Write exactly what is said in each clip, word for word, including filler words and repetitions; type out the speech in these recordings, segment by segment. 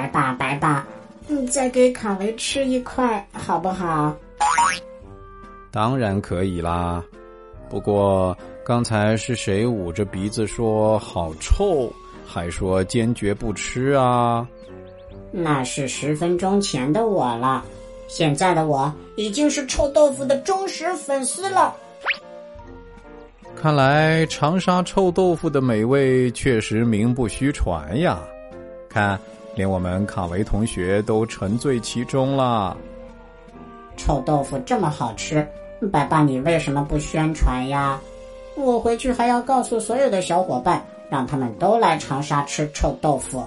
白爸白爸，你再给卡维吃一块好不好？ 当然可以啦，不过刚才是谁捂着鼻子说好臭，还说坚决不吃啊？ 那是十分钟前的我了，现在的我已经是臭豆腐的忠实粉丝了。 看来长沙臭豆腐的美味确实名不虚传呀，看连我们卡维同学都沉醉其中了。 臭豆腐这么好吃，白爸你为什么不宣传呀？我回去还要告诉所有的小伙伴，让他们都来长沙吃臭豆腐。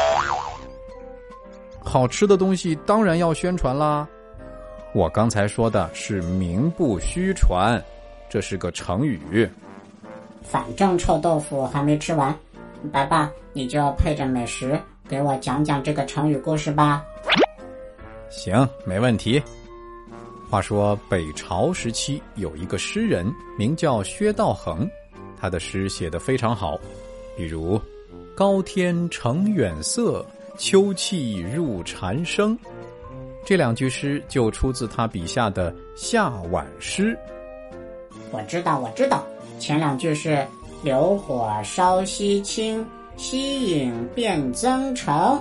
好吃的东西当然要宣传啦。我刚才说的是名不虚传，这是个成语。 反正臭豆腐还没吃完，白爸你就配着美食给我讲讲这个成语故事吧。 行，没问题。话说北朝时期有一个诗人名叫薛道衡，他的诗写得非常好，比如高天成远色，秋气入蝉声，这两句诗就出自他笔下的夏晚诗。 我知道我知道，前两句是流火烧西青，西影变增城。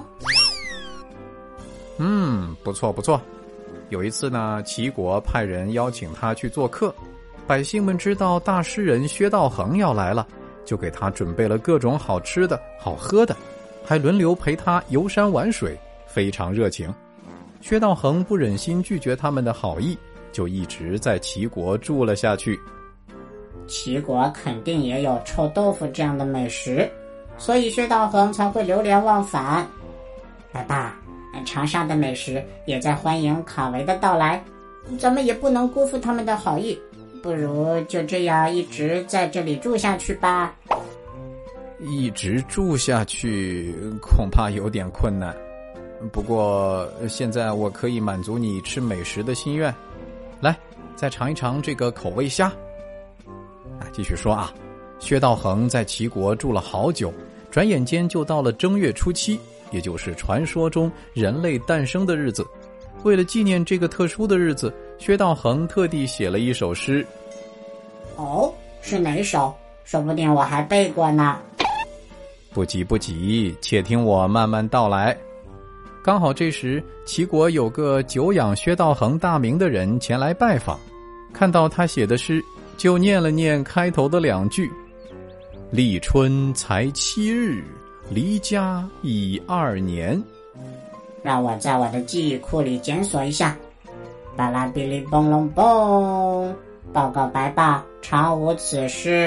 嗯，不错不错。有一次呢，齐国派人邀请他去做客，百姓们知道大诗人薛道衡要来了，就给他准备了各种好吃的好喝的，还轮流陪他游山玩水，非常热情。薛道衡不忍心拒绝他们的好意，就一直在齐国住了下去。 齐国肯定也有臭豆腐这样的美食，所以薛道衡才会流连忘返。白爸，长沙的美食也在欢迎卡维的到来，咱们也不能辜负他们的好意，不如就这样一直在这里住下去吧。 一直住下去恐怕有点困难，不过现在我可以满足你吃美食的心愿。来，再尝一尝这个口味虾。啊，继续说啊，薛道衡在齐国住了好久，转眼间就到了正月初七，也就是传说中人类诞生的日子。为了纪念这个特殊的日子，薛道衡特地写了一首诗。 哦，是哪首？说不定我还背过呢。 不急不急，且听我慢慢道来。刚好这时，齐国有个久仰薛道衡大名的人前来拜访，看到他写的诗，就念了念开头的两句：立春才七日，离家已二年。 让我在我的记忆库里检索一下。巴拉哔哩嘣隆嘣，报告白爸，查无此诗。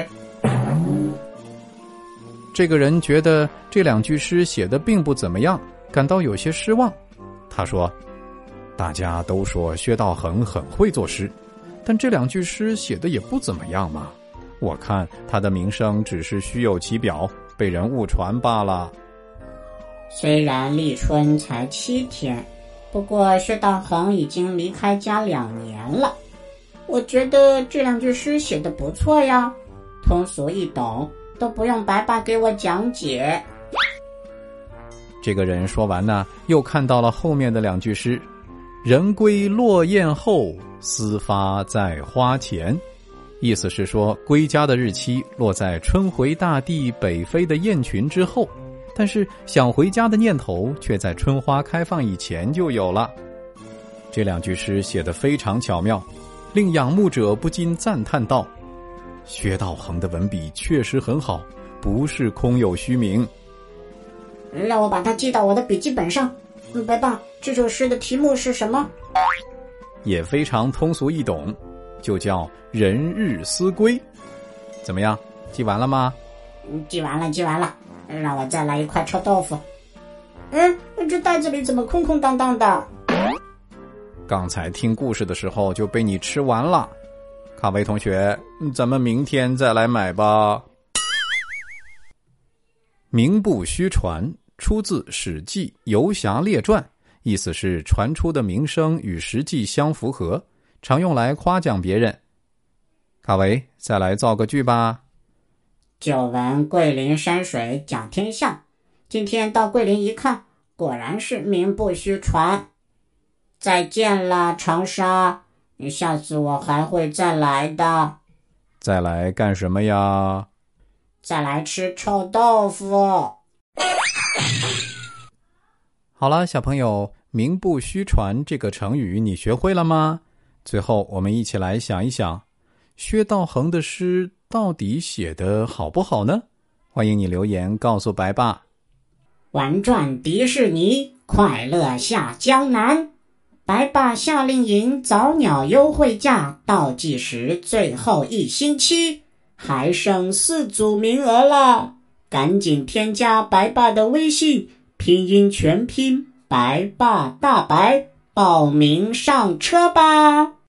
这个人觉得这两句诗写得并不怎么样，感到有些失望。他说，大家都说薛道衡很会作诗，但这两句诗写得也不怎么样嘛，我看他的名声只是虚有其表，被人误传罢了。 虽然立春才七天，不过薛道衡已经离开家两年了。我觉得这两句诗写得不错呀，通俗易懂，都不用白爸给我讲解。 这个人说完呢，又看到了后面的两句诗：人归落雁后，思发在花前。意思是说，归家的日期落在春回大地北飞的雁群之后，但是想回家的念头却在春花开放以前就有了。这两句诗写得非常巧妙，令仰慕者不禁赞叹道：薛道衡的文笔确实很好，不是空有虚名。 让我把它记到我的笔记本上。白爸，这首诗的题目是什么？ 也非常通俗易懂，就叫人日思归。怎么样，记完了吗？ 记完了记完了，让我再来一块臭豆腐。嗯，这袋子里怎么空空荡荡的？ 刚才听故事的时候就被你吃完了。卡维同学，咱们明天再来买吧。名不虚传，出自《史记·游侠列传》，意思是传出的名声与实际相符合，常用来夸奖别人。卡维，再来造个句吧。 久闻桂林山水甲天下，今天到桂林一看， 果然是名不虚传。再见了，长沙，下次我还会再来的。 再来干什么呀？ 再来吃臭豆腐。 好了，小朋友，名不虚传这个成语你学会了吗？最后我们一起来想一想，薛道衡的诗到底写得好不好呢？欢迎你留言告诉白爸。 玩转迪士尼，快乐下江南。白爸夏令营早鸟优惠价倒计时最后一星期，还剩四组名额了，赶紧添加白爸的微信，拼音全拼白爸大白，报名上车吧。